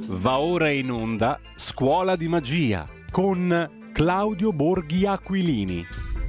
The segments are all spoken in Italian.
Va ora in onda Scuola di Magia con Claudio Borghi Aquilini.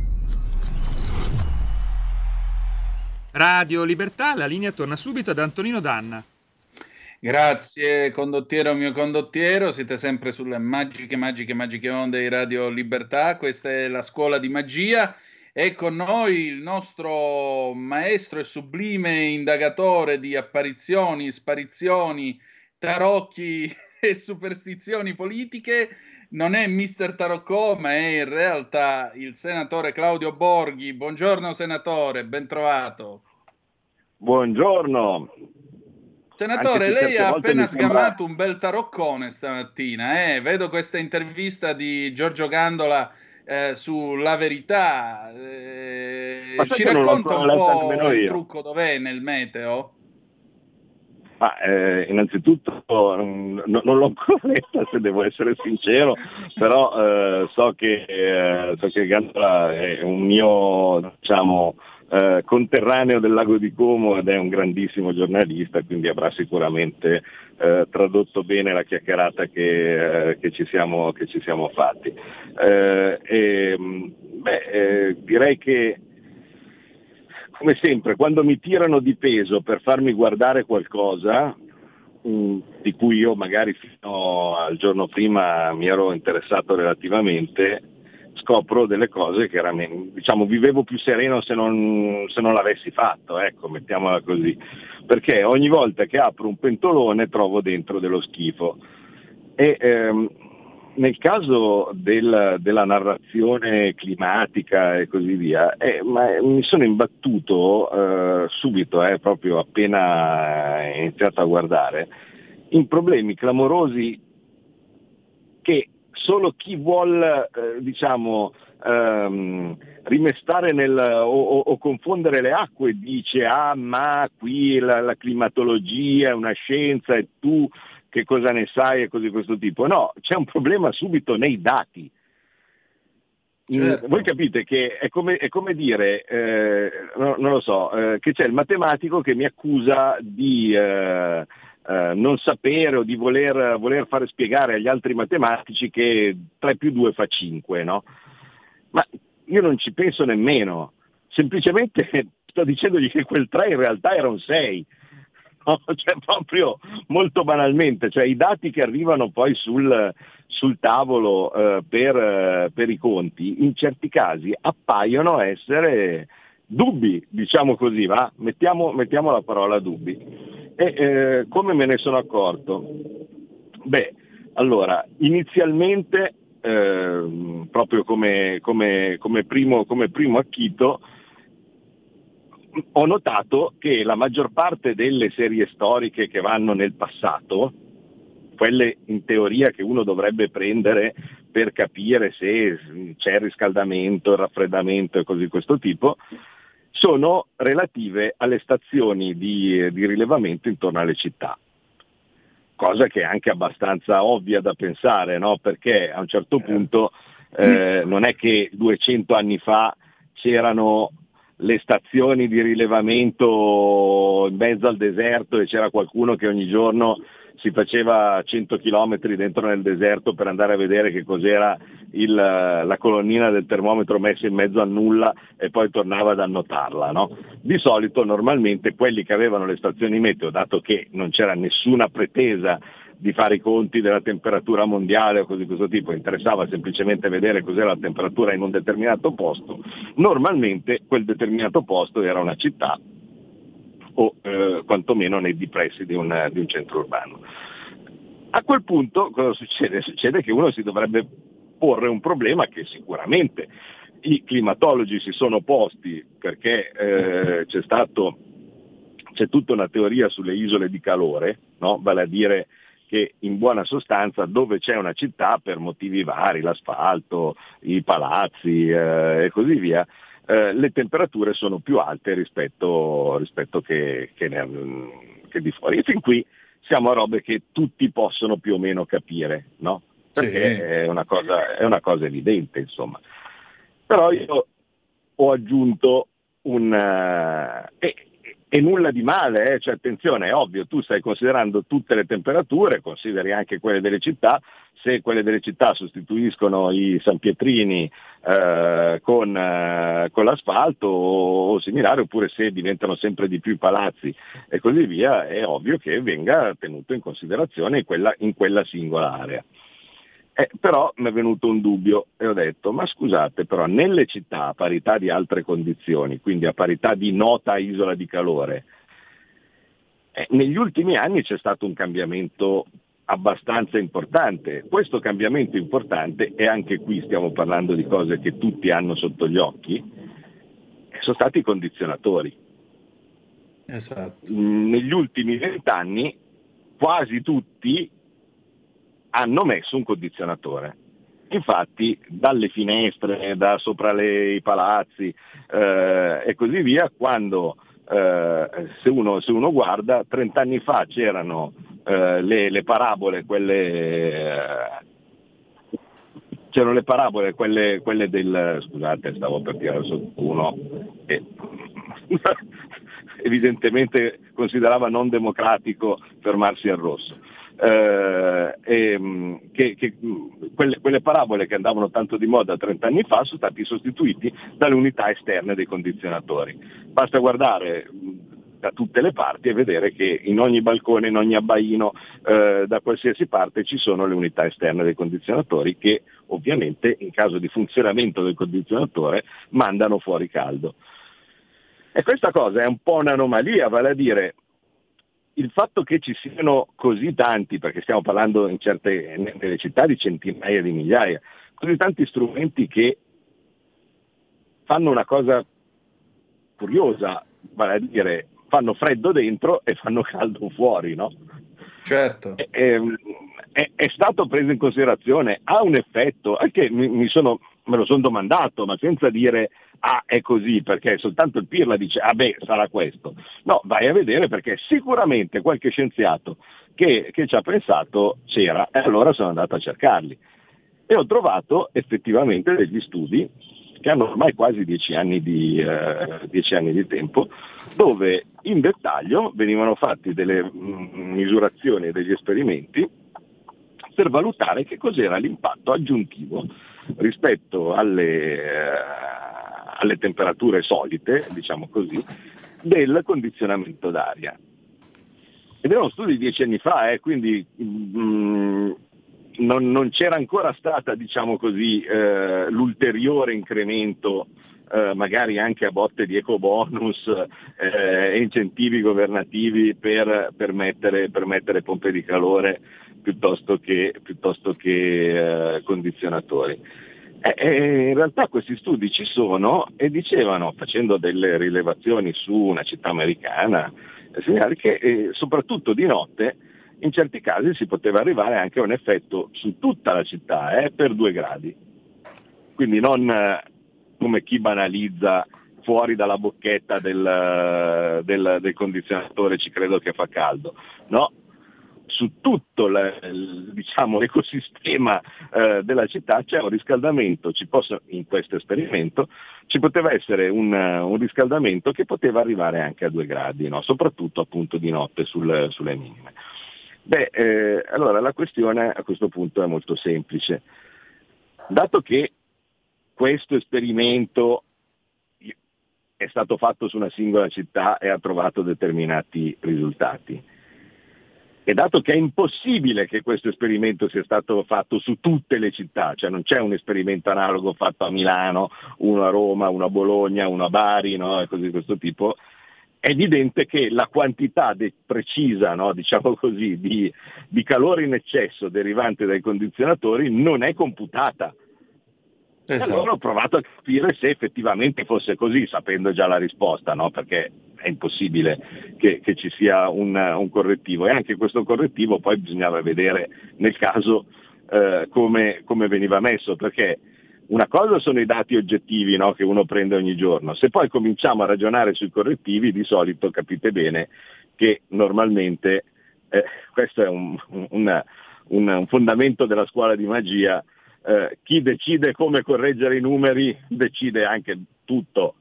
Radio Libertà, la linea torna subito ad Antonino Danna. Grazie condottiero mio condottiero, siete sempre sulle magiche onde di Radio Libertà. Questa è la Scuola di Magia e con noi il nostro maestro e sublime indagatore di apparizioni, sparizioni, tarocchi e superstizioni politiche. Non è Mister Tarocco, ma è in realtà il senatore Claudio Borghi. Buongiorno senatore, ben trovato. Buongiorno. Senatore, lei ha appena sgamato un bel taroccone stamattina, Vedo questa intervista di Giorgio Gandola sulla Verità. Ci racconta un po' il trucco, dov'è nel meteo? Innanzitutto non l'ho ancora letta, se devo essere sincero, però so che Gandola è un mio, conterraneo del Lago di Como ed è un grandissimo giornalista, quindi avrà sicuramente tradotto bene la chiacchierata che ci siamo fatti. Direi che, come sempre, quando mi tirano di peso per farmi guardare qualcosa di cui io magari fino al giorno prima mi ero interessato relativamente, scopro delle cose che vivevo più sereno se non l'avessi fatto, ecco, mettiamola così, perché ogni volta che apro un pentolone trovo dentro dello schifo. E nel caso della narrazione climatica e così via, mi sono imbattuto subito, proprio appena iniziato a guardare, in problemi clamorosi che solo chi vuol rimestare o confondere le acque dice ma qui la climatologia è una scienza e tu che cosa ne sai e cose di questo tipo. No, c'è un problema subito nei dati. Certo. Voi capite che è come dire, non lo so, che c'è il matematico che mi accusa di non sapere o di voler fare spiegare agli altri matematici che 3 più 2 fa 5, no? Ma io non ci penso nemmeno, semplicemente sto dicendogli che quel 3 in realtà era un 6. No? Cioè, proprio molto banalmente, cioè i dati che arrivano poi sul tavolo per i conti in certi casi appaiono essere dubbi, diciamo così, va? Mettiamo la parola dubbi. E come me ne sono accorto? Allora, inizialmente proprio come primo acchito, ho notato che la maggior parte delle serie storiche che vanno nel passato, quelle in teoria che uno dovrebbe prendere per capire se c'è il riscaldamento, il raffreddamento e così di questo tipo, sono relative alle stazioni di rilevamento intorno alle città. Cosa che è anche abbastanza ovvia da pensare, no? Perché a un certo punto non è che 200 anni fa c'erano le stazioni di rilevamento in mezzo al deserto e c'era qualcuno che ogni giorno si faceva 100 chilometri dentro nel deserto per andare a vedere che cos'era la colonnina del termometro messa in mezzo a nulla e poi tornava ad annotarla, no? Di solito, normalmente, quelli che avevano le stazioni meteo, dato che non c'era nessuna pretesa di fare i conti della temperatura mondiale o cose di questo tipo, interessava semplicemente vedere cos'era la temperatura in un determinato posto, normalmente quel determinato posto era una città o quantomeno nei pressi di un centro urbano. A quel punto cosa succede? Succede che uno si dovrebbe porre un problema che sicuramente i climatologi si sono posti, perché c'è tutta una teoria sulle isole di calore, no? Vale a dire che in buona sostanza dove c'è una città, per motivi vari, l'asfalto, i palazzi e così via, le temperature sono più alte rispetto che di fuori. E fin qui siamo a robe che tutti possono più o meno capire, no? Perché Sì. è una cosa evidente, insomma. Però io ho aggiunto E nulla di male, cioè attenzione, è ovvio, tu stai considerando tutte le temperature, consideri anche quelle delle città, se quelle delle città sostituiscono i sanpietrini con l'asfalto o similare, oppure se diventano sempre di più i palazzi e così via, è ovvio che venga tenuto in considerazione in quella singola area. Però mi è venuto un dubbio e ho detto, ma scusate, però nelle città a parità di altre condizioni, quindi a parità di nota isola di calore, negli ultimi anni c'è stato un cambiamento abbastanza importante. Questo cambiamento importante, e anche qui stiamo parlando di cose che tutti hanno sotto gli occhi, sono stati i condizionatori. Esatto. Negli ultimi 20 anni quasi tutti hanno messo un condizionatore. Infatti dalle finestre, da sopra i palazzi e così via, quando se uno guarda, 30 anni fa c'erano le parabole, quelle del, scusate, stavo per tirare sotto uno e evidentemente considerava non democratico fermarsi al rosso. Quelle parabole che andavano tanto di moda 30 anni fa sono stati sostituiti dalle unità esterne dei condizionatori. Basta guardare da tutte le parti e vedere che in ogni balcone, in ogni abbaino, da qualsiasi parte ci sono le unità esterne dei condizionatori che ovviamente in caso di funzionamento del condizionatore mandano fuori caldo. E questa cosa è un po' un'anomalia, vale a dire il fatto che ci siano così tanti, perché stiamo parlando nelle città di centinaia di migliaia, così tanti strumenti che fanno una cosa curiosa, vale a dire fanno freddo dentro e fanno caldo fuori, no? Certo. È stato preso in considerazione, ha un effetto, anche me lo sono domandato, ma senza dire è così, perché soltanto il Pirla dice sarà questo. No, vai a vedere perché sicuramente qualche scienziato che ci ha pensato c'era, e allora sono andato a cercarli. E ho trovato effettivamente degli studi che hanno ormai quasi 10 anni di tempo, dove in dettaglio venivano fatti delle misurazioni e degli esperimenti per valutare che cos'era l'impatto aggiuntivo rispetto alle temperature solite, diciamo così, del condizionamento d'aria. Ed era uno studio di 10 anni fa, quindi non c'era ancora stata, diciamo così, l'ulteriore incremento, magari anche a botte di ecobonus e incentivi governativi per mettere pompe di calore piuttosto che condizionatori. In realtà questi studi ci sono e dicevano, facendo delle rilevazioni su una città americana, segnalare che soprattutto di notte in certi casi si poteva arrivare anche a un effetto su tutta la città per 2 gradi. Quindi non come chi banalizza fuori dalla bocchetta del condizionatore ci credo che fa caldo, no? Su tutto l'ecosistema della città c'è un riscaldamento, in questo esperimento ci poteva essere un riscaldamento che poteva arrivare anche a 2 gradi, no? Soprattutto appunto di notte sulle minime. Allora la questione a questo punto è molto semplice. Dato che questo esperimento è stato fatto su una singola città e ha trovato determinati risultati, e dato che è impossibile che questo esperimento sia stato fatto su tutte le città, cioè non c'è un esperimento analogo fatto a Milano, uno a Roma, uno a Bologna, uno a Bari, no? E così di questo tipo, è evidente che la quantità precisa, no? Diciamo così, di calore in eccesso derivante dai condizionatori non è computata. Esatto. E allora ho provato a capire se effettivamente fosse così, sapendo già la risposta, no? Perché è impossibile che ci sia un correttivo, e anche questo correttivo poi bisognava vedere nel caso come veniva messo, perché una cosa sono i dati oggettivi, no? Che uno prende ogni giorno, se poi cominciamo a ragionare sui correttivi di solito capite bene che normalmente questo è un fondamento della scuola di magia. Chi decide come correggere i numeri decide anche tutto,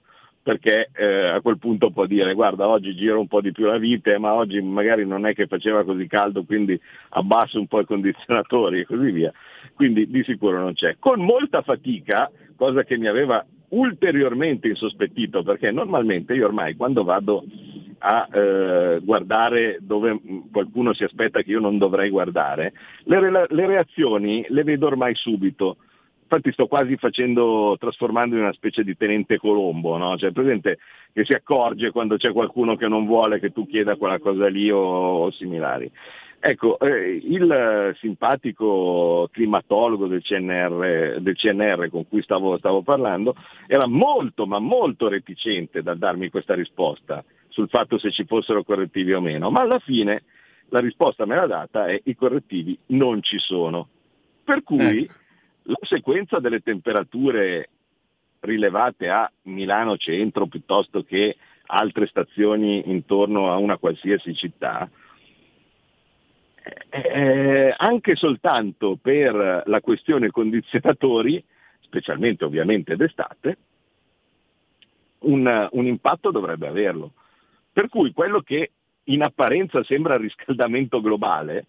perché a quel punto può dire guarda oggi giro un po' di più la vite, ma oggi magari non è che faceva così caldo, quindi abbasso un po' i condizionatori e così via. Quindi di sicuro non c'è. Con molta fatica, cosa che mi aveva ulteriormente insospettito, perché normalmente io ormai quando vado a guardare dove qualcuno si aspetta che io non dovrei guardare, le reazioni le vedo ormai subito. Infatti sto quasi trasformando in una specie di tenente Colombo, no? Cioè presente che si accorge quando c'è qualcuno che non vuole che tu chieda quella cosa lì o similari. Ecco, il simpatico climatologo del CNR con cui stavo parlando era molto, ma molto reticente dal darmi questa risposta sul fatto se ci fossero correttivi o meno, ma alla fine la risposta me l'ha data e i correttivi non ci sono. Per cui la sequenza delle temperature rilevate a Milano centro piuttosto che altre stazioni intorno a una qualsiasi città, anche soltanto per la questione condizionatori, specialmente ovviamente d'estate, un impatto dovrebbe averlo. Per cui quello che in apparenza sembra riscaldamento globale,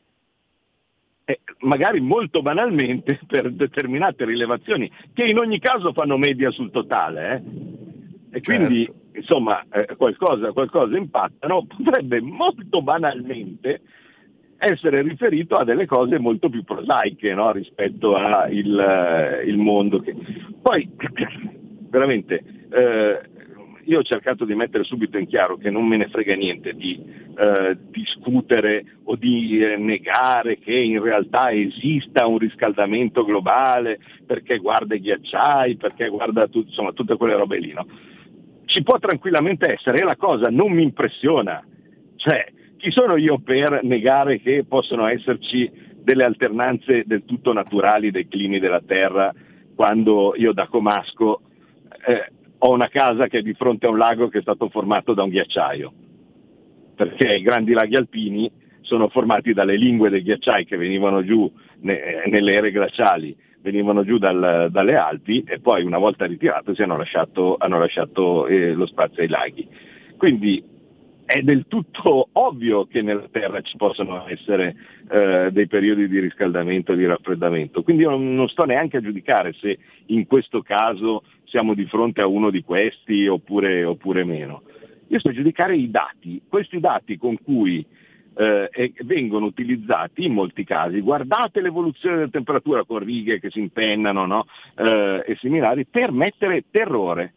magari molto banalmente per determinate rilevazioni che in ogni caso fanno media sul totale, e quindi insomma qualcosa impattano, potrebbe molto banalmente essere riferito a delle cose molto più prosaiche, no? Rispetto a il mondo che poi veramente io ho cercato di mettere subito in chiaro che non me ne frega niente di discutere o di negare che in realtà esista un riscaldamento globale, perché guarda i ghiacciai, perché guarda insomma tutte quelle robe lì, no? Ci può tranquillamente essere, e la cosa non mi impressiona, cioè chi sono io per negare che possono esserci delle alternanze del tutto naturali dei climi della Terra, quando io da comasco ho una casa che è di fronte a un lago che è stato formato da un ghiacciaio, perché i grandi laghi alpini sono formati dalle lingue dei ghiacciai che venivano giù nelle ere glaciali, venivano giù dalle Alpi e poi una volta ritiratosi hanno lasciato lo spazio ai laghi. Quindi è del tutto ovvio che nella Terra ci possono essere dei periodi di riscaldamento e di raffreddamento, quindi io non sto neanche a giudicare se in questo caso siamo di fronte a uno di questi oppure meno. Io sto a giudicare i dati, questi dati con cui vengono utilizzati in molti casi. Guardate l'evoluzione della temperatura con righe che si impennano, no? E similari, per mettere terrore.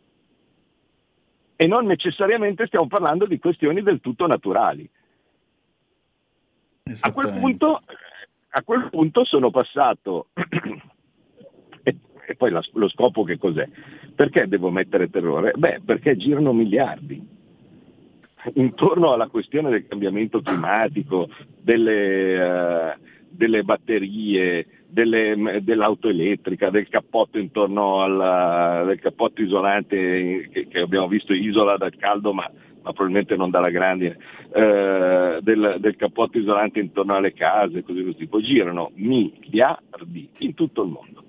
E non necessariamente stiamo parlando di questioni del tutto naturali. A quel punto sono passato, e poi lo scopo che cos'è? Perché devo mettere terrore? Beh, perché girano miliardi intorno alla questione del cambiamento climatico, delle batterie, dell'auto elettrica, del cappotto intorno del cappotto isolante che abbiamo visto isola dal caldo ma probabilmente non dalla grandine, del cappotto isolante intorno alle case, così così, poi girano miliardi in tutto il mondo.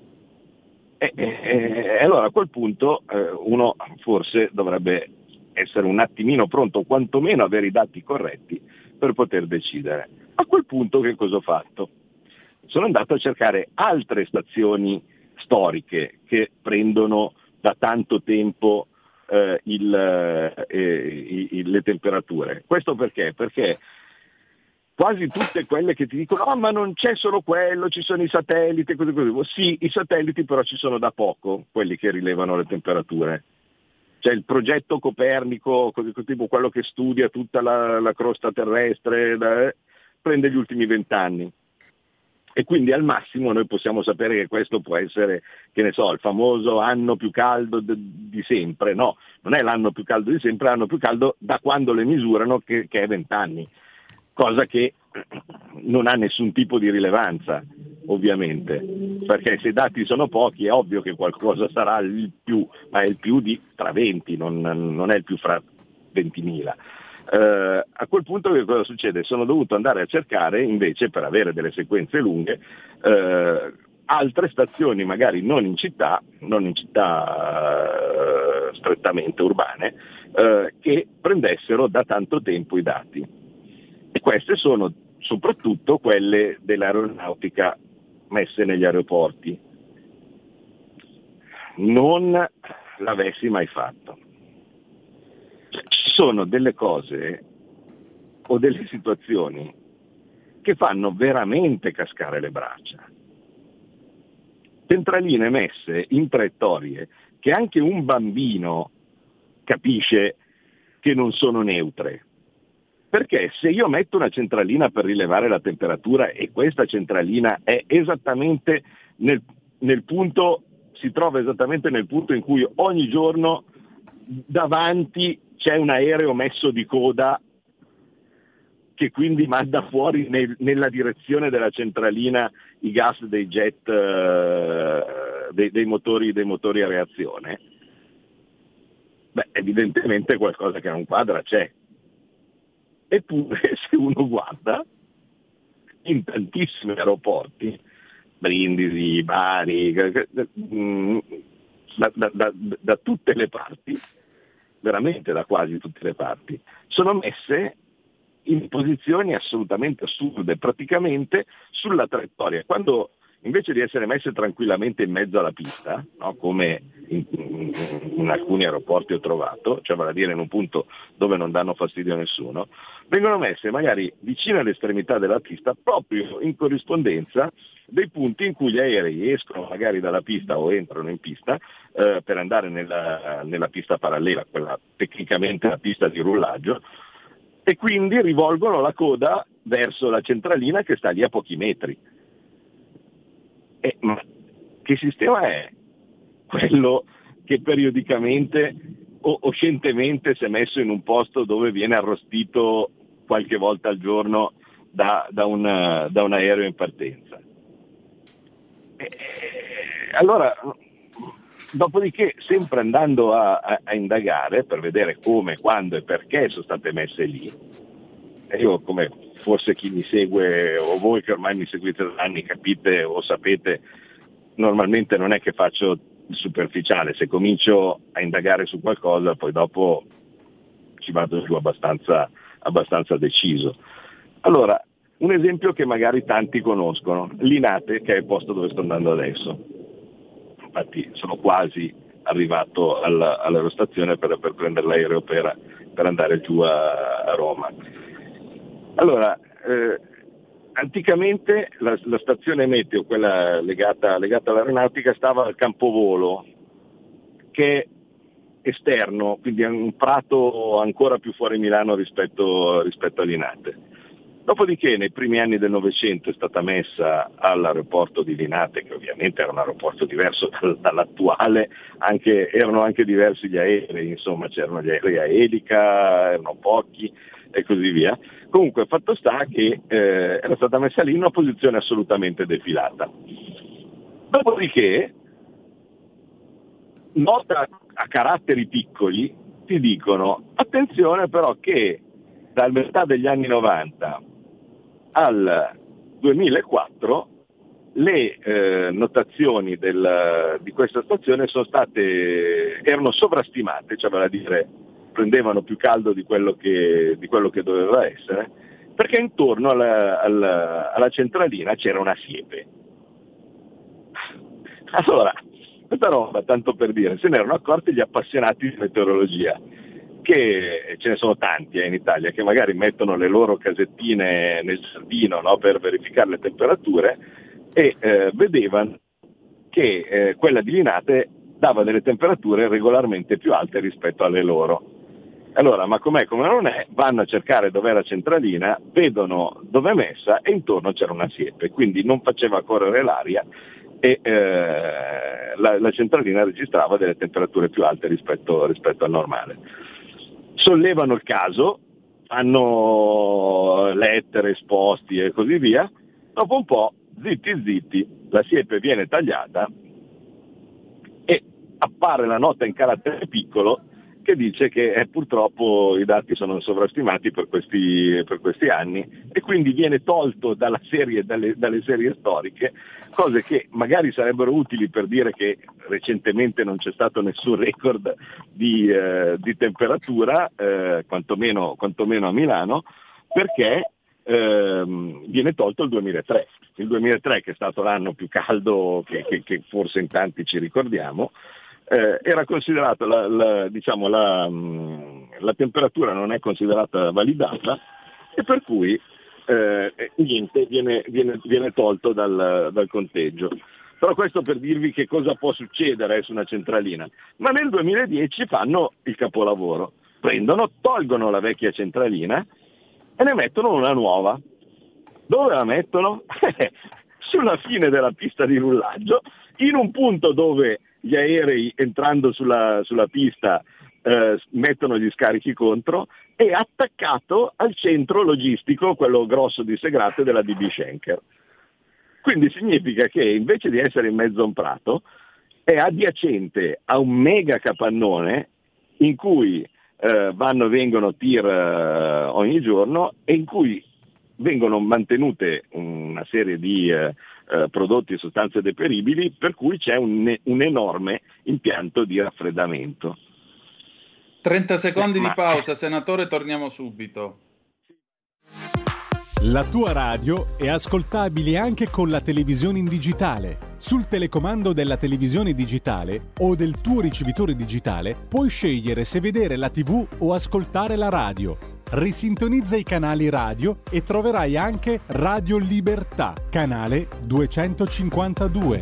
E allora a quel punto uno forse dovrebbe essere un attimino pronto, o quantomeno avere i dati corretti per poter decidere. A quel punto che cosa ho fatto? Sono andato a cercare altre stazioni storiche che prendono da tanto tempo le temperature. Questo perché? Perché quasi tutte quelle che ti dicono ma non c'è solo quello, ci sono i satelliti, così. Sì, i satelliti però ci sono da poco, quelli che rilevano le temperature. C'è il progetto Copernico, tipo quello che studia tutta la crosta terrestre, prende gli ultimi 20 anni. E quindi al massimo noi possiamo sapere che questo può essere, che ne so, il famoso anno più caldo di sempre. No, non è l'anno più caldo di sempre, è l'anno più caldo da quando le misurano, che è 20 anni. Cosa che non ha nessun tipo di rilevanza, ovviamente, perché se i dati sono pochi è ovvio che qualcosa sarà il più, ma è il più tra 20, non è il più fra 20.000. A quel punto che cosa succede? Sono dovuto andare a cercare invece, per avere delle sequenze lunghe, altre stazioni magari non in città strettamente urbane, che prendessero da tanto tempo i dati. E queste sono soprattutto quelle dell'aeronautica messe negli aeroporti. Non l'avessi mai fatto. Ci sono delle cose o delle situazioni che fanno veramente cascare le braccia. Centraline messe in traiettorie che anche un bambino capisce che non sono neutre. Perché se io metto una centralina per rilevare la temperatura e questa centralina è esattamente nel punto, si trova esattamente nel punto in cui ogni giorno davanti c'è un aereo messo di coda che quindi manda fuori nella direzione della centralina i gas dei jet, dei motori a reazione, evidentemente qualcosa che non quadra c'è. Eppure se uno guarda, in tantissimi aeroporti, Brindisi, Bari, da tutte le parti, veramente da quasi tutte le parti, sono messe in posizioni assolutamente assurde, praticamente sulla traiettoria, quando invece di essere messe tranquillamente in mezzo alla pista, no, come in alcuni aeroporti ho trovato, cioè vale a dire in un punto dove non danno fastidio a nessuno, vengono messe magari vicino all'estremità della pista, proprio in corrispondenza dei punti in cui gli aerei escono magari dalla pista o entrano in pista per andare nella pista parallela, quella tecnicamente la pista di rullaggio, e quindi rivolgono la coda verso la centralina che sta lì a pochi metri. Ma che sistema è quello che periodicamente o scientemente si è messo in un posto dove viene arrostito qualche volta al giorno da un aereo in partenza? Allora, dopodiché, sempre andando a indagare per vedere come, quando e perché sono state messe lì, e io, come forse chi mi segue o voi che ormai mi seguite da anni capite o sapete, normalmente non è che faccio il superficiale, se comincio a indagare su qualcosa poi dopo ci vado giù abbastanza deciso. Allora, un esempio che magari tanti conoscono, Linate, che è il posto dove sto andando adesso. Infatti sono quasi arrivato all'aerostazione per prendere l'aereo per andare giù a Roma. Allora, anticamente la stazione meteo, quella legata all'aeronautica, stava al campovolo, che è esterno, quindi è un prato ancora più fuori Milano rispetto a Linate. Dopodiché nei primi anni del Novecento è stata messa all'aeroporto di Linate, che ovviamente era un aeroporto diverso dall'attuale, erano anche diversi gli aerei, insomma c'erano gli aerei a elica, erano pochi e così via. Comunque fatto sta che era stata messa lì in una posizione assolutamente defilata. Dopodiché, nota a caratteri piccoli, ti dicono attenzione però che dal metà degli anni 90 al 2004 le notazioni di questa stazione erano sovrastimate, cioè vale a dire prendevano più caldo di quello che doveva essere, perché intorno alla centralina c'era una siepe. Allora, questa roba, tanto per dire, se ne erano accorti gli appassionati di meteorologia, che ce ne sono tanti in Italia, che magari mettono le loro casettine nel giardino, no, per verificare le temperature, e vedevano che quella di Linate dava delle temperature regolarmente più alte rispetto alle loro. Allora, ma com'è, come non è, vanno a cercare dov'è la centralina, vedono dove è messa e intorno c'era una siepe, quindi non faceva correre l'aria e la centralina registrava delle temperature più alte rispetto al normale. Sollevano il caso, fanno lettere, esposti e così via, dopo un po', zitti, la siepe viene tagliata e appare la nota in carattere piccolo che dice che purtroppo i dati sono sovrastimati per questi anni e quindi viene tolto dalle serie storiche, cose che magari sarebbero utili per dire che recentemente non c'è stato nessun record di temperatura, quantomeno a Milano, perché viene tolto il 2003. Il 2003, che è stato l'anno più caldo che forse in tanti ci ricordiamo, era considerato la temperatura non è considerata validata e per cui niente, viene tolto dal conteggio. Però questo per dirvi che cosa può succedere su una centralina. Ma nel 2010 fanno il capolavoro, tolgono la vecchia centralina e ne mettono una nuova. Dove la mettono? Sulla fine della pista di rullaggio, in un punto dove gli aerei entrando sulla pista mettono gli scarichi contro, e attaccato al centro logistico, quello grosso di Segrate, della DB Schenker. Quindi significa che invece di essere in mezzo a un prato è adiacente a un mega capannone in cui vanno e vengono tir ogni giorno e in cui vengono mantenute una serie di prodotti e sostanze deperibili, per cui c'è un enorme impianto di raffreddamento. 30 secondi di pausa, senatore, torniamo subito. La tua radio è ascoltabile anche con la televisione in digitale. Sul telecomando della televisione digitale o del tuo ricevitore digitale puoi scegliere se vedere la TV o ascoltare la radio. Risintonizza i canali radio e troverai anche Radio Libertà, canale 252.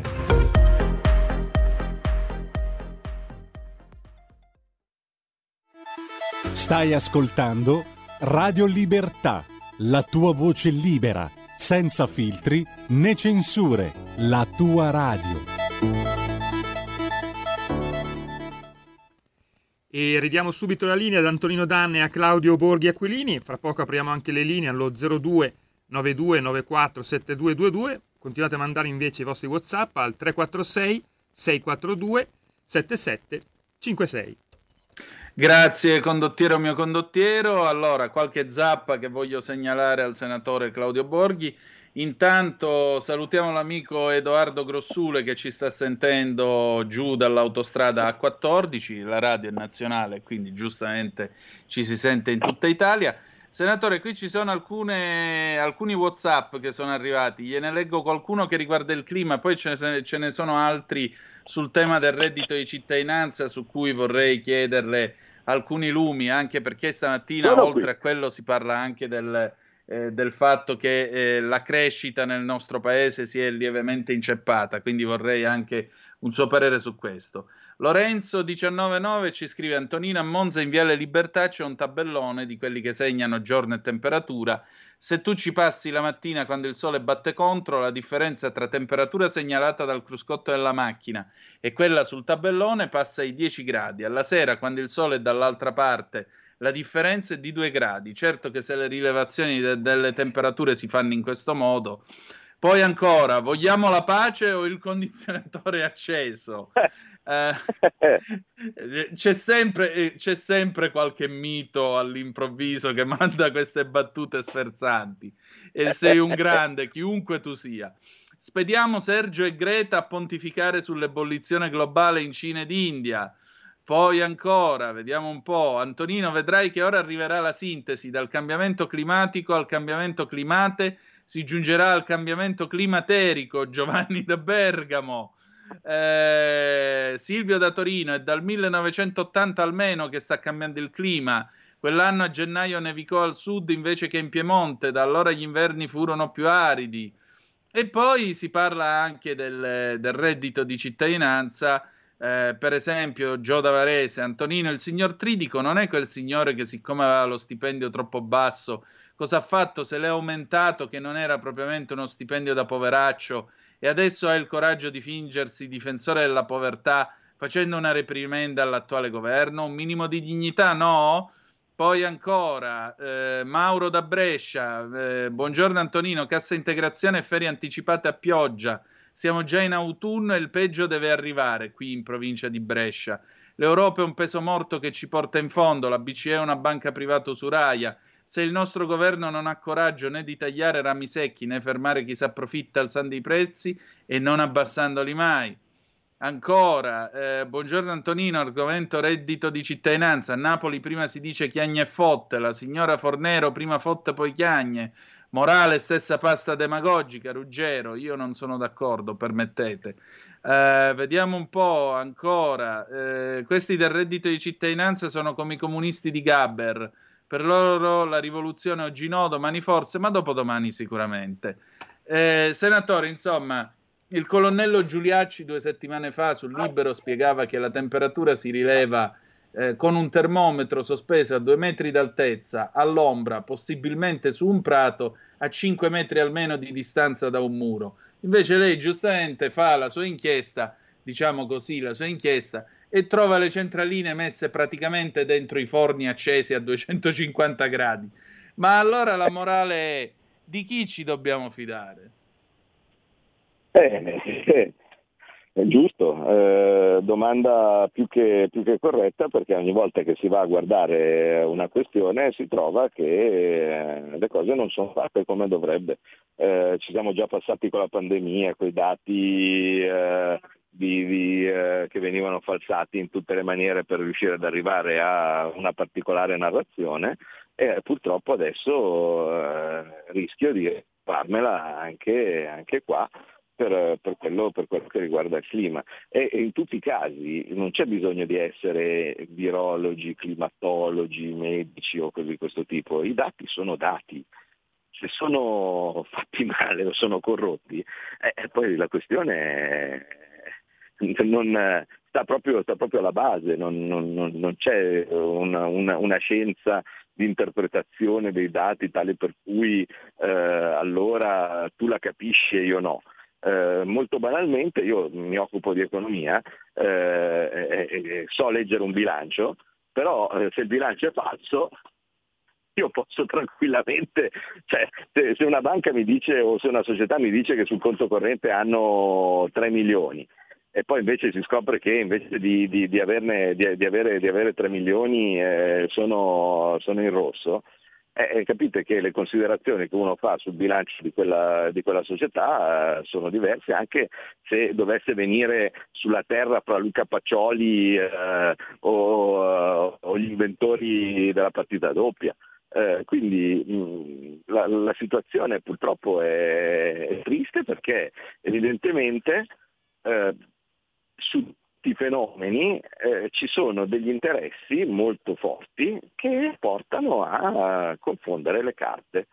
Stai ascoltando Radio Libertà, la tua voce libera, senza filtri né censure, la tua radio. E ridiamo subito la linea ad Antonino Danna e a Claudio Borghi Aquilini. Fra poco apriamo anche le linee allo 02 92 94 7222. Continuate a mandare invece i vostri WhatsApp al 346 642 7756. Grazie condottiero mio condottiero. Allora, qualche zappa che voglio segnalare al senatore Claudio Borghi. Intanto salutiamo l'amico Edoardo Grossule che ci sta sentendo giù dall'autostrada A14, la radio è nazionale, quindi giustamente ci si sente in tutta Italia. Senatore, qui ci sono alcuni WhatsApp che sono arrivati, gliene leggo qualcuno che riguarda il clima, poi ce ne sono altri sul tema del reddito di cittadinanza su cui vorrei chiederle alcuni lumi, anche perché stamattina oltre a quello si parla anche del fatto che la crescita nel nostro paese si è lievemente inceppata, quindi vorrei anche un suo parere su questo. Lorenzo 199 ci scrive: Antonino, a Monza in Viale Libertà c'è un tabellone di quelli che segnano giorno e temperatura. Se tu ci passi la mattina quando il sole batte contro, la differenza tra temperatura segnalata dal cruscotto della macchina e quella sul tabellone passa ai 10 gradi. Alla sera, quando il sole è dall'altra parte, la differenza è di 2 gradi. Certo che se le rilevazioni delle temperature si fanno in questo modo. Poi ancora, vogliamo la pace o il condizionatore acceso? C'è sempre qualche mito all'improvviso che manda queste battute sferzanti e sei un grande, chiunque tu sia. Spediamo Sergio e Greta a pontificare sull'ebollizione globale in Cina ed India. Poi ancora, vediamo un po', Antonino, vedrai che ora arriverà la sintesi: dal cambiamento climatico al cambiamento climate si giungerà al cambiamento climaterico. Giovanni da Bergamo. Silvio da Torino: è dal 1980 almeno che sta cambiando il clima. Quell'anno a gennaio nevicò al sud invece che in Piemonte, da allora gli inverni furono più aridi. E poi si parla anche del reddito di cittadinanza. Per esempio Gio da Varese: Antonino, il signor Tridico non è quel signore che, siccome aveva lo stipendio troppo basso, cosa ha fatto? Se l'è aumentato, che non era propriamente uno stipendio da poveraccio, e adesso ha il coraggio di fingersi difensore della povertà facendo una reprimenda all'attuale governo? Un minimo di dignità, no? Poi ancora Mauro da Brescia: buongiorno Antonino, cassa integrazione e ferie anticipate a pioggia, siamo già in autunno e il peggio deve arrivare qui in provincia di Brescia. L'Europa è un peso morto che ci porta in fondo, la BCE è una banca privata usuraia. Se il nostro governo non ha coraggio né di tagliare rami secchi né fermare chi si approfitta alzando i prezzi e non abbassandoli mai. Ancora, buongiorno Antonino, argomento reddito di cittadinanza. A Napoli prima si dice chiagne e fotte, la signora Fornero prima fotte poi chiagne. Morale, stessa pasta demagogica, Ruggero, io non sono d'accordo, permettete. Vediamo un po' ancora. Questi del reddito di cittadinanza sono come i comunisti di Gabber. Per loro la rivoluzione oggi no, domani forse, ma dopodomani sicuramente. Senatore, insomma, il colonnello Giuliacci 2 settimane fa sul Libero spiegava che la temperatura si rileva con un termometro sospeso a 2 metri d'altezza, all'ombra, possibilmente su un prato, a 5 metri almeno di distanza da un muro. Invece lei giustamente fa la sua inchiesta, diciamo così, la sua inchiesta, e trova le centraline messe praticamente dentro i forni accesi a 250 gradi. Ma allora la morale è: di chi ci dobbiamo fidare? È giusto, domanda più che corretta, perché ogni volta che si va a guardare una questione si trova che le cose non sono fatte come dovrebbe. Ci siamo già passati con la pandemia, con i dati che venivano falsati in tutte le maniere per riuscire ad arrivare a una particolare narrazione, e purtroppo adesso rischio di farmela anche qua. Per quello che riguarda il clima, e in tutti i casi non c'è bisogno di essere virologi, climatologi, medici o cose di questo tipo. I dati sono dati, se sono fatti male o sono corrotti, poi la questione non sta proprio alla base, non c'è una scienza di interpretazione dei dati tale per cui allora tu la capisci e io no. Molto banalmente, io mi occupo di economia, so leggere un bilancio, però se il bilancio è falso io posso tranquillamente, cioè se una banca mi dice, o se una società mi dice che sul conto corrente hanno 3 milioni e poi invece si scopre che invece di avere 3 milioni sono in rosso, capite che le considerazioni che uno fa sul bilancio di quella società sono diverse, anche se dovesse venire sulla terra fra Luca Pacioli o gli inventori della partita doppia. Quindi la situazione purtroppo è triste, perché evidentemente su tutti i fenomeni ci sono degli interessi molto forti che portano a confondere le carte.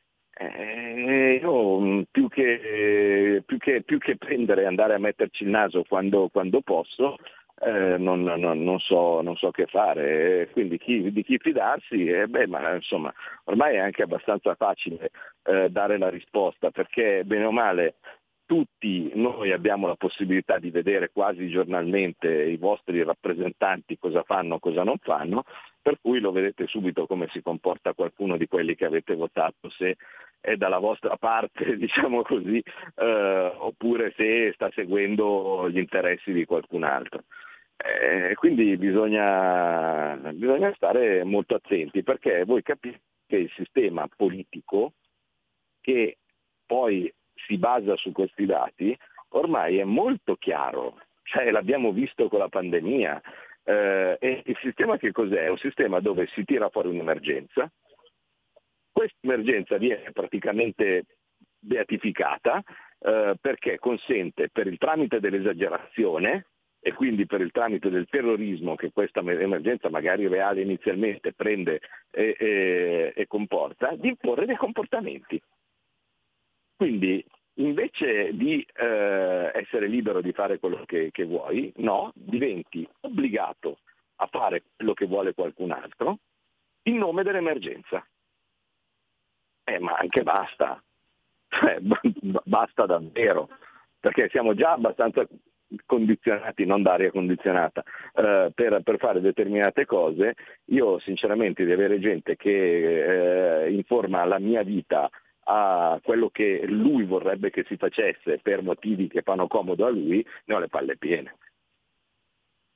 Io più che prendere e andare a metterci il naso quando posso, non so che fare, quindi di chi fidarsi, ma insomma ormai è anche abbastanza facile dare la risposta, perché bene o male tutti noi abbiamo la possibilità di vedere quasi giornalmente i vostri rappresentanti cosa fanno, cosa non fanno, per cui lo vedete subito come si comporta qualcuno di quelli che avete votato, se è dalla vostra parte, diciamo così, oppure se sta seguendo gli interessi di qualcun altro. Quindi bisogna stare molto attenti, perché voi capite che il sistema politico, che poi si basa su questi dati, ormai è molto chiaro, cioè l'abbiamo visto con la pandemia. E il sistema che cos'è? È un sistema dove si tira fuori un'emergenza, questa emergenza viene praticamente beatificata perché consente, per il tramite dell'esagerazione e quindi per il tramite del terrorismo che questa emergenza, magari reale inizialmente, prende e comporta, di imporre dei comportamenti. Quindi invece di essere libero di fare quello che vuoi, no, diventi obbligato a fare quello che vuole qualcun altro in nome dell'emergenza. Ma anche basta, basta davvero, perché siamo già abbastanza condizionati, non da aria condizionata, per fare determinate cose. Io sinceramente, di avere gente che informa la mia vita a quello che lui vorrebbe che si facesse per motivi che fanno comodo a lui, ne ho le palle piene.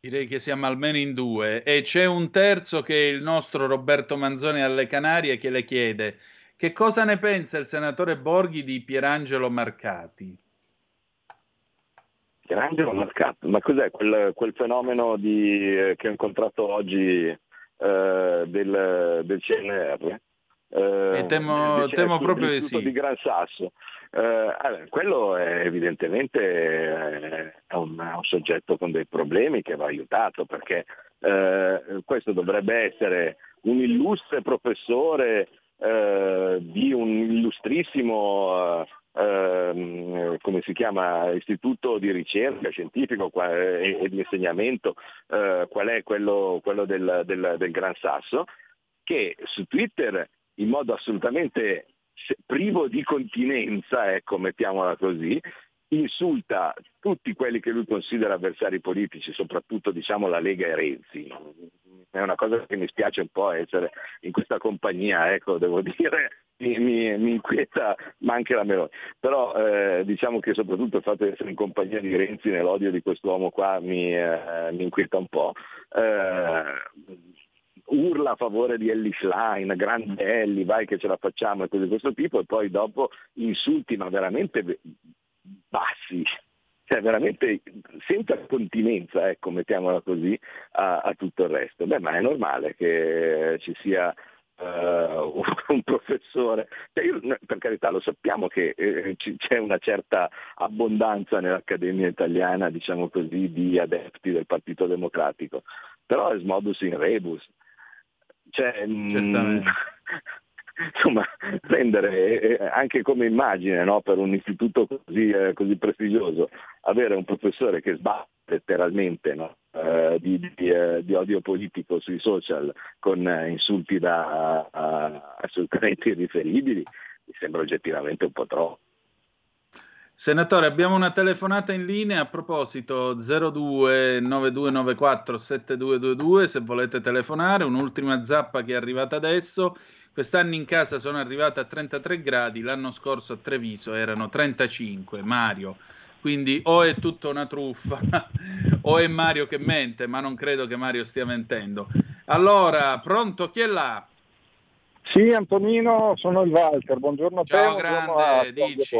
Direi che siamo almeno in due e c'è un terzo che è il nostro Roberto Manzoni alle Canarie che le chiede che cosa ne pensa il senatore Borghi di Pierangelo Marcati. Pierangelo Marcato, ma cos'è quel fenomeno che ho incontrato oggi del CNR? Temo proprio di sì. Di Gran Sasso. Quello è evidentemente è un soggetto con dei problemi che va aiutato, perché questo dovrebbe essere un illustre professore di un illustrissimo come si chiama, istituto di ricerca scientifico e di insegnamento, qual è quello del Gran Sasso, che su Twitter in modo assolutamente privo di continenza, ecco, mettiamola così, insulta tutti quelli che lui considera avversari politici, soprattutto diciamo la Lega e Renzi. È una cosa che mi spiace un po' essere in questa compagnia, ecco, devo dire, mi inquieta, ma anche la Meloni. Però diciamo che soprattutto il fatto di essere in compagnia di Renzi nell'odio di quest'uomo qua mi inquieta un po'. Urla a favore di Elly Schlein, grande Elly, vai che ce la facciamo e cose di questo tipo, e poi dopo insulti ma veramente bassi, cioè veramente senza continenza, ecco, mettiamola così, a tutto il resto. Beh, ma è normale che ci sia un professore, per carità lo sappiamo che c'è una certa abbondanza nell'Accademia Italiana, diciamo così, di adepti del Partito Democratico, però è modus in rebus. Cioè, insomma, prendere anche come immagine, no, per un istituto così prestigioso, avere un professore che sbatte letteralmente, no, di odio politico sui social con insulti assolutamente irriferibili, mi sembra oggettivamente un po' troppo. Senatore, abbiamo una telefonata in linea, a proposito 0292947222, se volete telefonare, un'ultima zappa che è arrivata adesso. Quest'anno in casa sono arrivata a 33 gradi, l'anno scorso a Treviso erano 35, Mario. Quindi o è tutta una truffa o è Mario che mente, ma non credo che Mario stia mentendo. Allora, pronto, chi è là? Sì, Antonino, sono il Walter, buongiorno a te. Ciao grande, dici.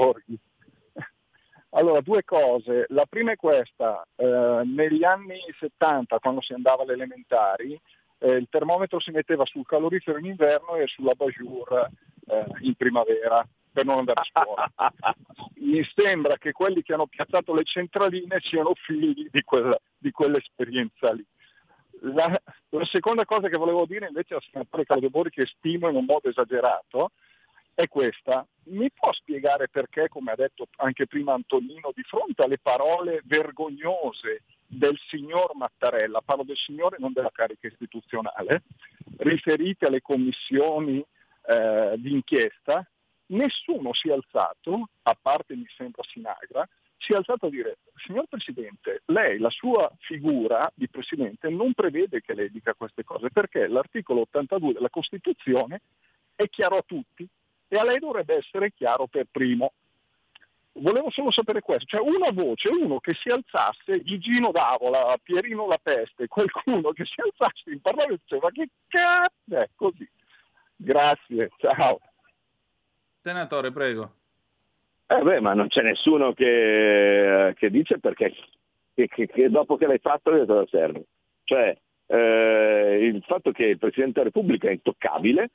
Allora, due cose. La prima è questa: negli anni 70, quando si andava alle elementari, il termometro si metteva sul calorifero in inverno e sulla bajour in primavera, per non andare a scuola. Mi sembra che quelli che hanno piazzato le centraline siano figli di quell'esperienza lì. La seconda cosa che volevo dire invece al senatore Claudio Borghi, che stimo in un modo esagerato, è questa: mi può spiegare perché, come ha detto anche prima Antonino, di fronte alle parole vergognose del signor Mattarella, parlo del signore, non della carica istituzionale, riferite alle commissioni di inchiesta, nessuno si è alzato, a parte mi sembra Sinagra, si è alzato a dire: signor Presidente, lei, la sua figura di Presidente non prevede che lei dica queste cose, perché l'articolo 82 della Costituzione è chiaro a tutti e a lei dovrebbe essere chiaro per primo. Volevo solo sapere questo, cioè una voce, uno che si alzasse, Gigino D'Avola, Pierino La Peste, qualcuno che si alzasse in Parlamento e diceva: che cazzo è così? Grazie, ciao. Senatore, prego. Ma non c'è nessuno che dice perché che dopo che l'hai fatto che cosa serve? Cioè il fatto che il Presidente della Repubblica è intoccabile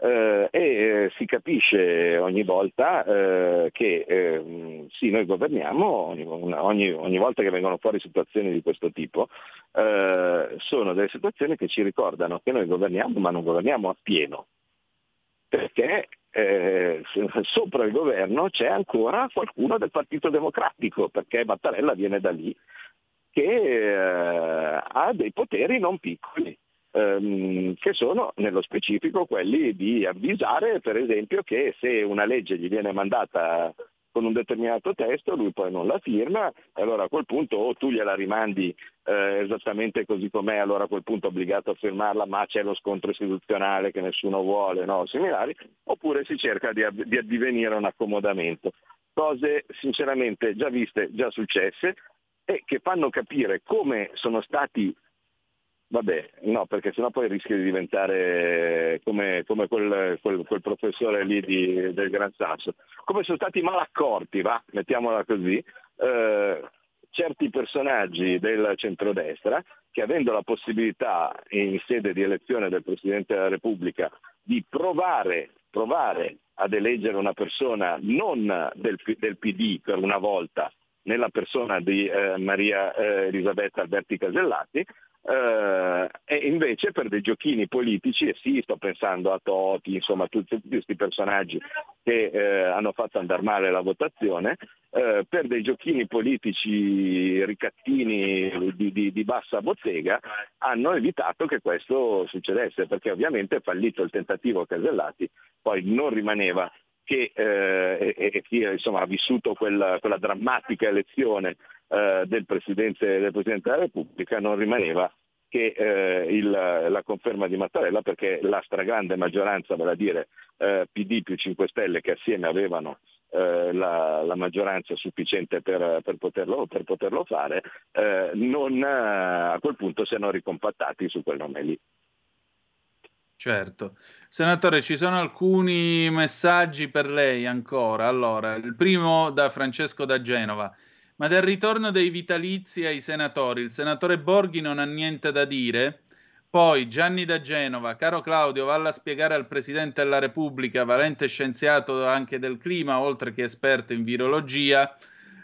e si capisce ogni volta che sì, noi governiamo, ogni volta che vengono fuori situazioni di questo tipo sono delle situazioni che ci ricordano che noi governiamo, ma non governiamo appieno, perché sopra il governo c'è ancora qualcuno del Partito Democratico, perché Mattarella viene da lì, che ha dei poteri non piccoli, che sono nello specifico quelli di avvisare, per esempio, che se una legge gli viene mandata con un determinato testo, lui poi non la firma, e allora a quel punto o tu gliela rimandi esattamente così com'è, allora a quel punto è obbligato a firmarla, ma c'è lo scontro istituzionale che nessuno vuole, no? Similari, oppure si cerca di addivenire a un accomodamento. Cose sinceramente già viste, già successe, e che fanno capire come sono stati Vabbè, no, perché sennò poi rischia di diventare come quel professore lì del Gran Sasso. Come sono stati mal accorti, va, mettiamola così, certi personaggi del centrodestra che, avendo la possibilità in sede di elezione del Presidente della Repubblica di provare ad eleggere una persona non del PD per una volta, nella persona di Maria Elisabetta Alberti Casellati, e invece per dei giochini politici, e sì, sto pensando a Toti, insomma tutti questi personaggi che hanno fatto andare male la votazione, per dei giochini politici ricattini di bassa bottega, hanno evitato che questo succedesse, perché ovviamente è fallito il tentativo Casellati, poi non rimaneva che chi insomma ha vissuto quella drammatica elezione del Presidente della Repubblica, non rimaneva che la conferma di Mattarella, perché la stragrande maggioranza, vale a dire PD più 5 Stelle, che assieme avevano la maggioranza sufficiente per poterlo fare, a quel punto si erano ricompattati su quel nome lì. Certo. Senatore, ci sono alcuni messaggi per lei ancora. Allora, il primo da Francesco da Genova. Ma del ritorno dei vitalizi ai senatori, il senatore Borghi non ha niente da dire? Poi Gianni da Genova, caro Claudio, valla a spiegare al Presidente della Repubblica, valente scienziato anche del clima, oltre che esperto in virologia,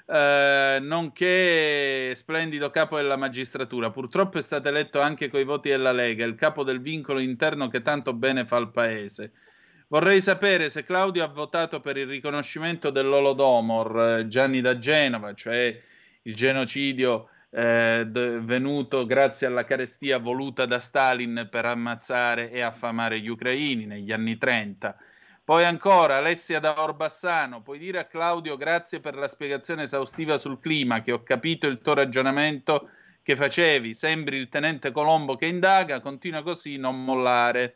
nonché splendido capo della magistratura. Purtroppo è stato eletto anche coi voti della Lega, il capo del vincolo interno che tanto bene fa al paese. Vorrei sapere se Claudio ha votato per il riconoscimento dell'Holodomor, Gianni da Genova, cioè il genocidio venuto grazie alla carestia voluta da Stalin per ammazzare e affamare gli ucraini negli anni 30. Poi ancora Alessia da Orbassano, puoi dire a Claudio grazie per la spiegazione esaustiva sul clima, che ho capito il tuo ragionamento che facevi, sembri il tenente Colombo che indaga, continua così, non mollare.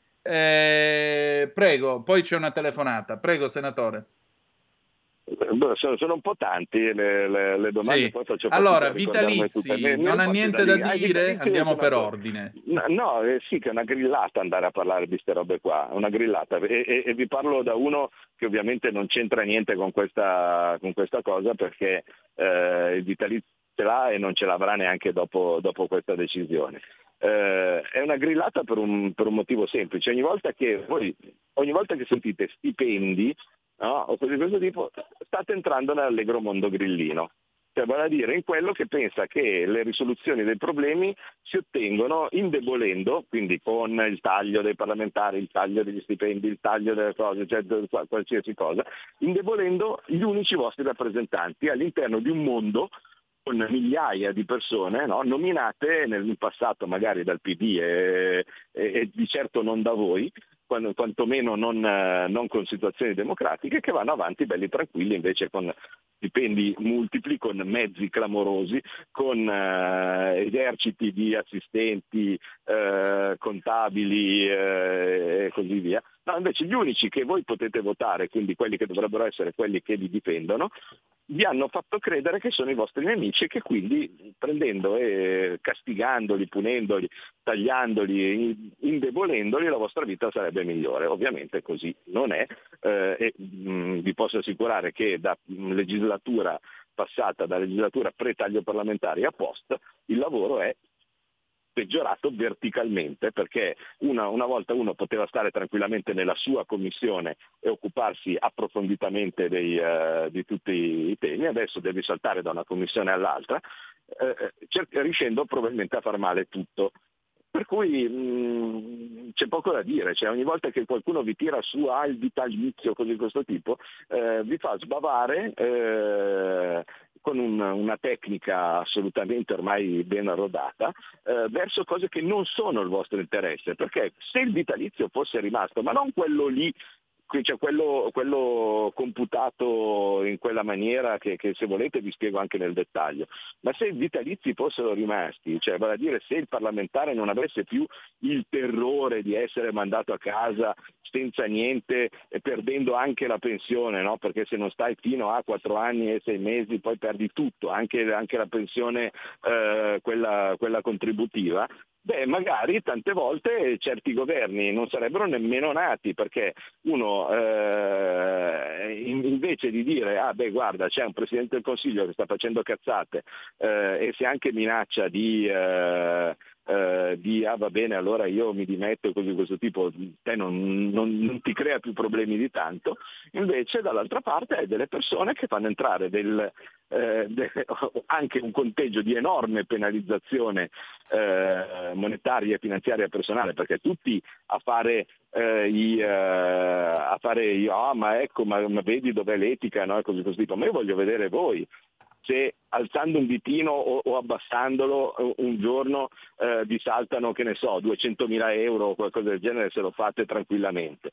Prego, poi c'è una telefonata, prego senatore. Sono un po' tanti le domande, sì. Poi faccio allora, vitalizi, non ha niente da dire? Andiamo per ordine. No, sì, che è una grillata andare a parlare di queste robe qua, una grillata, e vi parlo da uno che ovviamente non c'entra niente con questa cosa, perché il vitalizio ce l'ha e non ce l'avrà neanche dopo questa decisione. È una grillata per un motivo semplice: ogni volta che sentite stipendi, no, o cose di questo tipo, state entrando nell'allegro mondo grillino, cioè vale a dire in quello che pensa che le risoluzioni dei problemi si ottengono indebolendo, quindi con il taglio dei parlamentari, il taglio degli stipendi, il taglio delle cose, cioè qualsiasi cosa, indebolendo gli unici vostri rappresentanti all'interno di un mondo con migliaia di persone, no, nominate nel passato magari dal PD e di certo non da voi, quantomeno non con situazioni democratiche, che vanno avanti belli tranquilli, invece con stipendi multipli, con mezzi clamorosi, con eserciti di assistenti, contabili e così via. No, invece gli unici che voi potete votare, quindi quelli che dovrebbero essere quelli che vi difendono, vi hanno fatto credere che sono i vostri nemici, e che quindi, prendendo e castigandoli, punendoli, tagliandoli, indebolendoli, la vostra vita sarebbe migliore. Ovviamente così non è, e vi posso assicurare che da legislatura passata, da legislatura pre-taglio parlamentare a post, il lavoro è peggiorato verticalmente, perché una volta uno poteva stare tranquillamente nella sua commissione e occuparsi approfonditamente di tutti i temi, adesso devi saltare da una commissione all'altra, riuscendo probabilmente a far male tutto. Per cui c'è poco da dire, cioè ogni volta che qualcuno vi tira su il vitalizio, cose di questo tipo, vi fa sbavare con una tecnica assolutamente ormai ben rodata, verso cose che non sono il vostro interesse, perché se il vitalizio fosse rimasto, ma non quello lì, cioè quello computato in quella maniera che se volete vi spiego anche nel dettaglio, ma se i vitalizi fossero rimasti, cioè vale a dire se il parlamentare non avesse più il terrore di essere mandato a casa senza niente e perdendo anche la pensione, no? Perché se non stai fino a 4 anni e 6 mesi poi perdi tutto, anche la pensione quella contributiva. magari tante volte certi governi non sarebbero nemmeno nati, perché uno invece di dire guarda, c'è un Presidente del Consiglio che sta facendo cazzate e se anche minaccia di va bene, allora io mi dimetto, così questo tipo, te non ti crea più problemi di tanto, invece dall'altra parte hai delle persone che fanno entrare anche un conteggio di enorme penalizzazione monetaria e finanziaria personale, perché tutti a fare ma vedi dov'è l'etica, no? E così tipo. Ma io voglio vedere voi se alzando un ditino o abbassandolo un giorno vi saltano, che ne so, 200.000 euro o qualcosa del genere, se lo fate tranquillamente.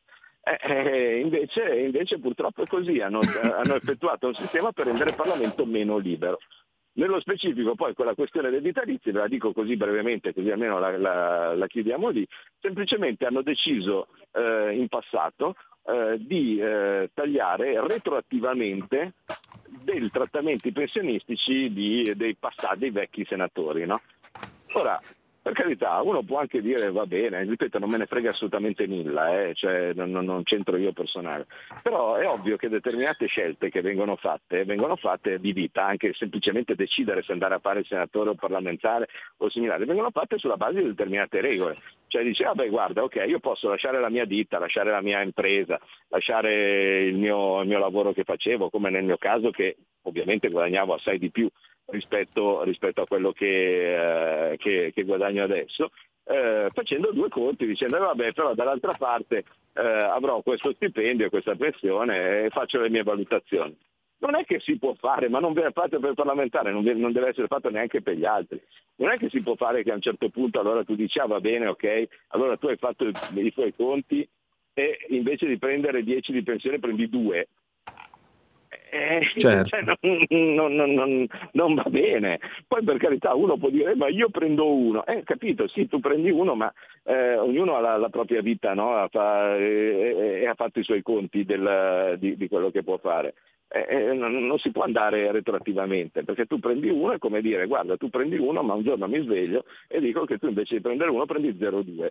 Invece purtroppo è così, hanno effettuato un sistema per rendere il Parlamento meno libero. Nello specifico poi quella questione dei vitalizi, ve la dico così brevemente, così almeno la chiudiamo lì, semplicemente hanno deciso in passato di tagliare retroattivamente dei trattamenti pensionistici dei vecchi senatori, no? Ora, per carità, uno può anche dire va bene, ripeto, non me ne frega assolutamente nulla, cioè non c'entro io personale, però è ovvio che determinate scelte che vengono fatte di vita, anche semplicemente decidere se andare a fare il senatore o parlamentare o similare, vengono fatte sulla base di determinate regole. Cioè dice, guarda, ok, io posso lasciare la mia ditta, lasciare la mia impresa, lasciare il mio lavoro che facevo, come nel mio caso, che ovviamente guadagnavo assai di più rispetto a quello che guadagno adesso, facendo due conti, dicendo però dall'altra parte avrò questo stipendio, questa pensione e faccio le mie valutazioni. Non è che si può fare, ma non viene fatto per il parlamentare, non deve essere fatto neanche per gli altri. Non è che si può fare che a un certo punto allora tu dici va bene, ok, allora tu hai fatto i tuoi conti e invece di prendere 10 di pensione prendi 2. Certo. Cioè, non va bene. Poi per carità uno può dire ma io prendo 1, capito, sì, tu prendi 1, ma ognuno ha la propria vita, no? E ha fatto i suoi conti di quello che può fare. Non si può andare retroattivamente, perché tu prendi 1 è come dire guarda, tu prendi 1 ma un giorno mi sveglio e dico che tu invece di prendere 1 prendi 0,2.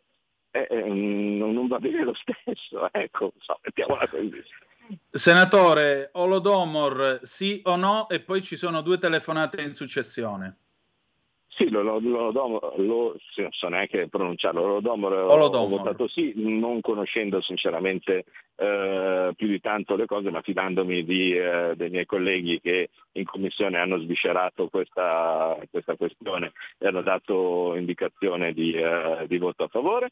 Non va bene lo stesso, ecco, mettiamola così. Senatore, Holodomor, sì o no? E poi ci sono 2 telefonate in successione. Sì, non so neanche pronunciarlo, Holodomor. Ho votato sì, non conoscendo sinceramente più di tanto le cose, ma fidandomi dei miei colleghi che in commissione hanno sviscerato questa questione e hanno dato indicazione di voto a favore.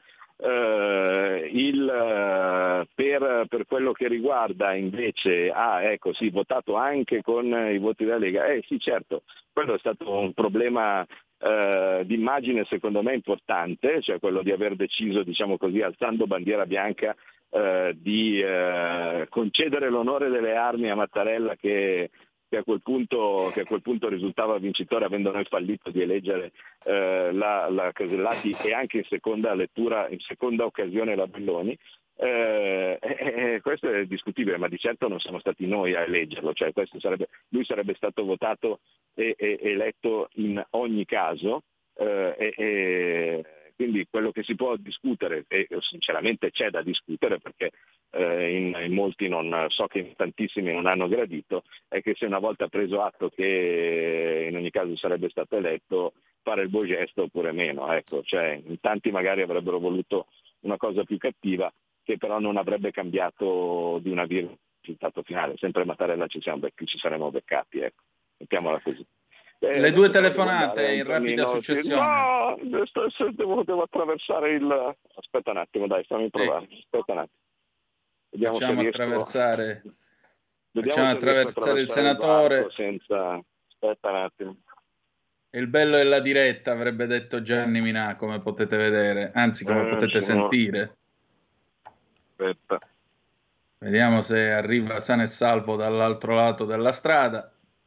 Per quello che riguarda invece votato anche con i voti della Lega, sì certo, quello è stato un problema di immagine secondo me importante, cioè quello di aver deciso, diciamo così, alzando bandiera bianca, di concedere l'onore delle armi a Mattarella che a quel punto risultava vincitore, avendo noi fallito di eleggere la Casellati e anche in seconda lettura, in seconda occasione la Belloni. Questo è discutibile, ma di certo non siamo stati noi a eleggerlo, cioè lui sarebbe stato votato e eletto in ogni caso, quindi quello che si può discutere, e sinceramente c'è da discutere perché in molti, non so che in tantissimi non hanno gradito, è che se una volta preso atto che in ogni caso sarebbe stato eletto, fare il buon gesto oppure meno, ecco, cioè in tanti magari avrebbero voluto una cosa più cattiva che però non avrebbe cambiato di una virgola il risultato finale. Sempre Mattarella ci saremmo beccati, ecco, mettiamola così. Le 2 telefonate in rapida successione. No, devo attraversare aspetta un attimo, dai, fammi provare. Aspetta un attimo. Vediamo Facciamo se attraversare il il senatore. Aspetta un attimo. Il bello è la diretta, avrebbe detto Gianni Minà, come potete vedere, anzi come potete sentire. Aspetta. Vediamo se arriva sano e salvo dall'altro lato della strada.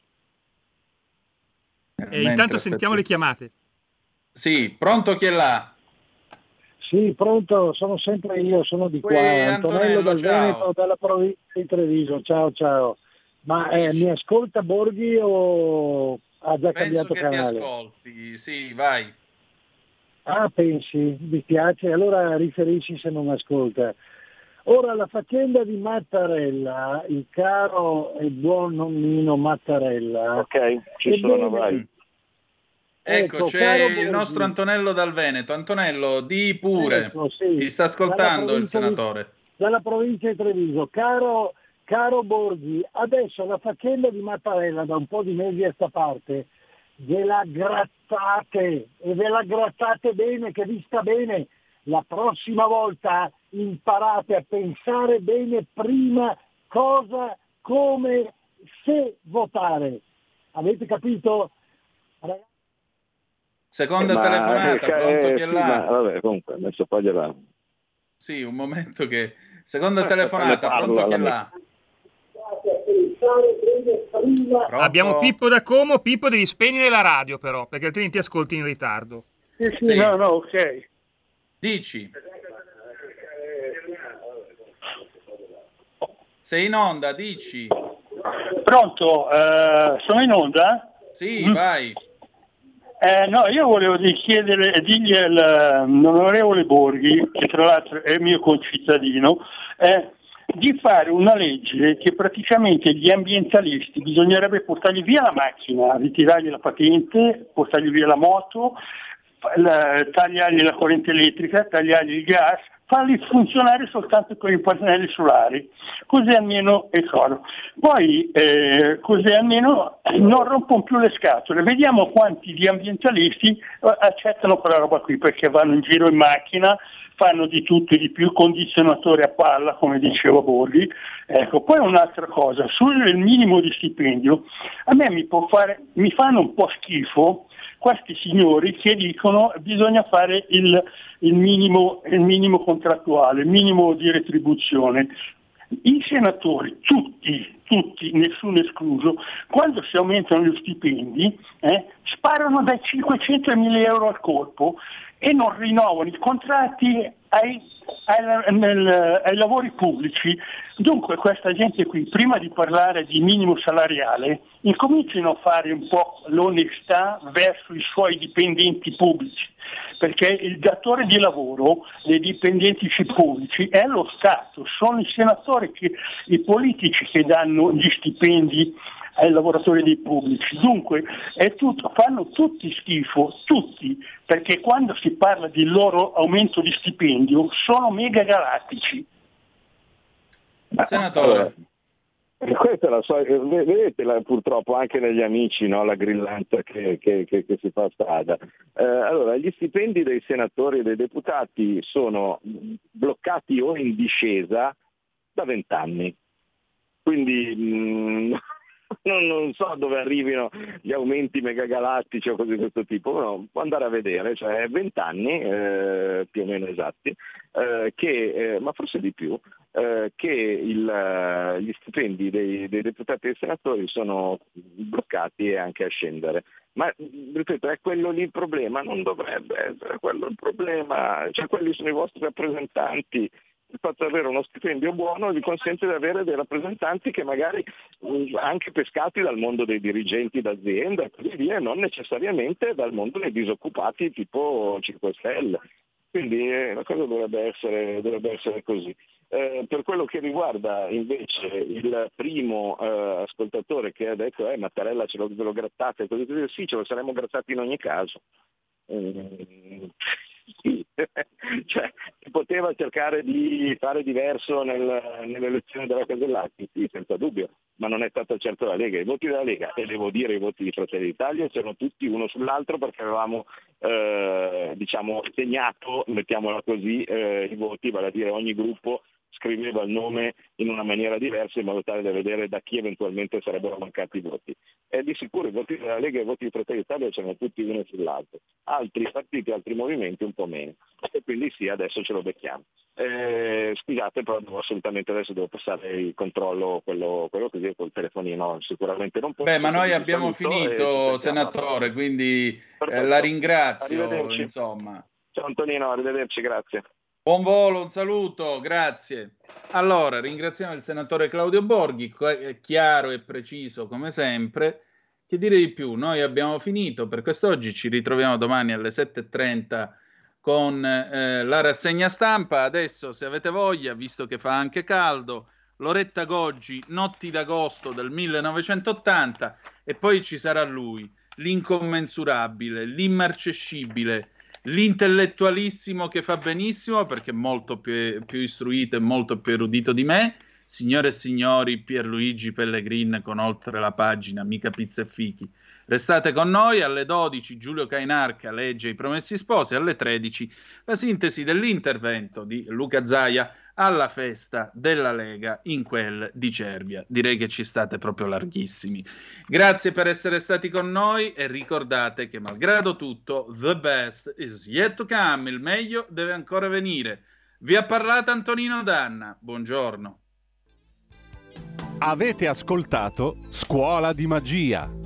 E intanto sentiamo le chiamate. Sì, pronto, chi è là? Sì, pronto, sono sempre io, sono di qua, Antonello dal ciao. Veneto, dalla provincia di Treviso, ciao. Ma mi ascolta Borghi o ha già cambiato canale? Penso che ti ascolti, sì, vai. Ah, pensi, mi piace, allora riferisci se non ascolta. Ora la faccenda di Mattarella, il caro e buon nonnino Mattarella. Ok, ci sono, vai. Ecco, c'è caro il Borghi, nostro Antonello dal Veneto. Antonello, di pure. ecco, sì, Ti sta ascoltando il senatore. dalla provincia di Treviso. Caro Borghi, adesso la faccenda di Mattarella da un po' di mesi a sta parte ve la grattate e ve la grattate bene, che vi sta bene. La prossima volta imparate a pensare bene prima cosa, come, se votare. Avete capito? Seconda telefonata, pronto chi è sì, là? ma vabbè, comunque, adesso poi gliela... Sì, un momento che... Seconda telefonata, parlo pronto chi è alla là? Pronto? Abbiamo Pippo da Como. Pippo, devi spegnere la radio però, perché altrimenti ti ascolti in ritardo. Sì, no, ok. Dici. Sei in onda, dici. Pronto, sono in onda? Sì, vai. No, io volevo dirgli all'onorevole Borghi, che tra l'altro è mio concittadino, di fare una legge che praticamente gli ambientalisti bisognerebbe portargli via la macchina, ritirargli la patente, portargli via la moto, tagliargli la corrente elettrica, tagliargli il gas, farli funzionare soltanto con i pannelli solari, così almeno è chiaro. Poi così almeno non rompono più le scatole. Vediamo quanti di ambientalisti accettano quella roba qui, perché vanno in giro in macchina, fanno di tutto e di più, condizionatori a palla, come diceva Borghi. Ecco, poi un'altra cosa, sul minimo di stipendio, a me mi fanno un po' schifo questi signori che dicono che bisogna fare il minimo contrattuale, il minimo di retribuzione. I senatori, tutti, nessuno escluso, quando si aumentano gli stipendi, sparano dai 500 ai 1000 euro al colpo e non rinnovano i contratti ai lavori pubblici. Dunque questa gente qui, prima di parlare di minimo salariale, incominciano a fare un po' l'onestà verso i suoi dipendenti pubblici, perché il datore di lavoro dei dipendenti pubblici è lo Stato, sono i senatori, i politici che danno gli stipendi ai lavoratori dei pubblici. Dunque fanno tutti schifo, tutti, perché quando si parla di loro aumento di stipendio sono mega galattici. Senatore. Questa è la vedete purtroppo anche negli amici, no? La grillanza che si fa strada. Allora, gli stipendi dei senatori e dei deputati sono bloccati o in discesa da 20 anni. Quindi non so dove arrivino gli aumenti megagalattici o cose di questo tipo, no, può andare a vedere, cioè 20 anni più o meno esatti, ma forse di più, che gli stipendi dei deputati e dei senatori sono bloccati e anche a scendere. Ma ripeto, è quello lì il problema? Non dovrebbe essere quello il problema, cioè quelli sono i vostri rappresentanti. Il fatto di avere uno stipendio buono vi consente di avere dei rappresentanti che magari anche pescati dal mondo dei dirigenti d'azienda e così via, non necessariamente dal mondo dei disoccupati tipo 5 Stelle. Quindi la cosa dovrebbe essere così. Per quello che riguarda invece il primo ascoltatore che ha detto Mattarella ve lo grattate, così, sì, ce lo saremmo grattati in ogni caso. Sì. Cioè, si poteva cercare di fare diverso nell'elezione della Casellati, sì, senza dubbio, ma non è stata certo la Lega. I voti della Lega, e devo dire i voti di Fratelli d'Italia, c'erano tutti uno sull'altro perché avevamo segnato, mettiamola così, i voti, vale a dire ogni gruppo scriveva il nome in una maniera diversa in modo tale da vedere da chi eventualmente sarebbero mancati i voti. E di sicuro i voti della Lega e i voti di Fratelli d'Italia c'erano tutti uno sull'altro, altri partiti, altri movimenti un po' meno, e quindi sì, adesso ce lo becchiamo. Scusate, però assolutamente adesso devo passare il controllo, quello così col telefonino, sicuramente non posso. Ma noi abbiamo finito, senatore, quindi la ringrazio, insomma. Ciao Antonino, arrivederci, grazie. Buon volo, un saluto, grazie. Allora, ringraziamo il senatore Claudio Borghi, chiaro e preciso come sempre. Che dire di più? Noi abbiamo finito per quest'oggi, ci ritroviamo domani alle 7:30 con la rassegna stampa. Adesso, se avete voglia, visto che fa anche caldo, Loretta Goggi, Notti d'agosto del 1980, e poi ci sarà lui, l'incommensurabile, l'immarcescibile, l'intellettualissimo che fa benissimo perché è molto più istruito e molto più erudito di me, signore e signori, Pierluigi Pellegrin con Oltre la pagina, mica pizza e fichi. Restate con noi, alle 12 Giulio Cainarca legge I Promessi Sposi, alle 13 la sintesi dell'intervento di Luca Zaia alla festa della Lega in quel di Cervia. Direi che ci state proprio larghissimi. Grazie per essere stati con noi e ricordate che malgrado tutto, the best is yet to come, il meglio deve ancora venire. Vi ha parlato Antonino Danna, buongiorno. Avete ascoltato Scuola di Magia.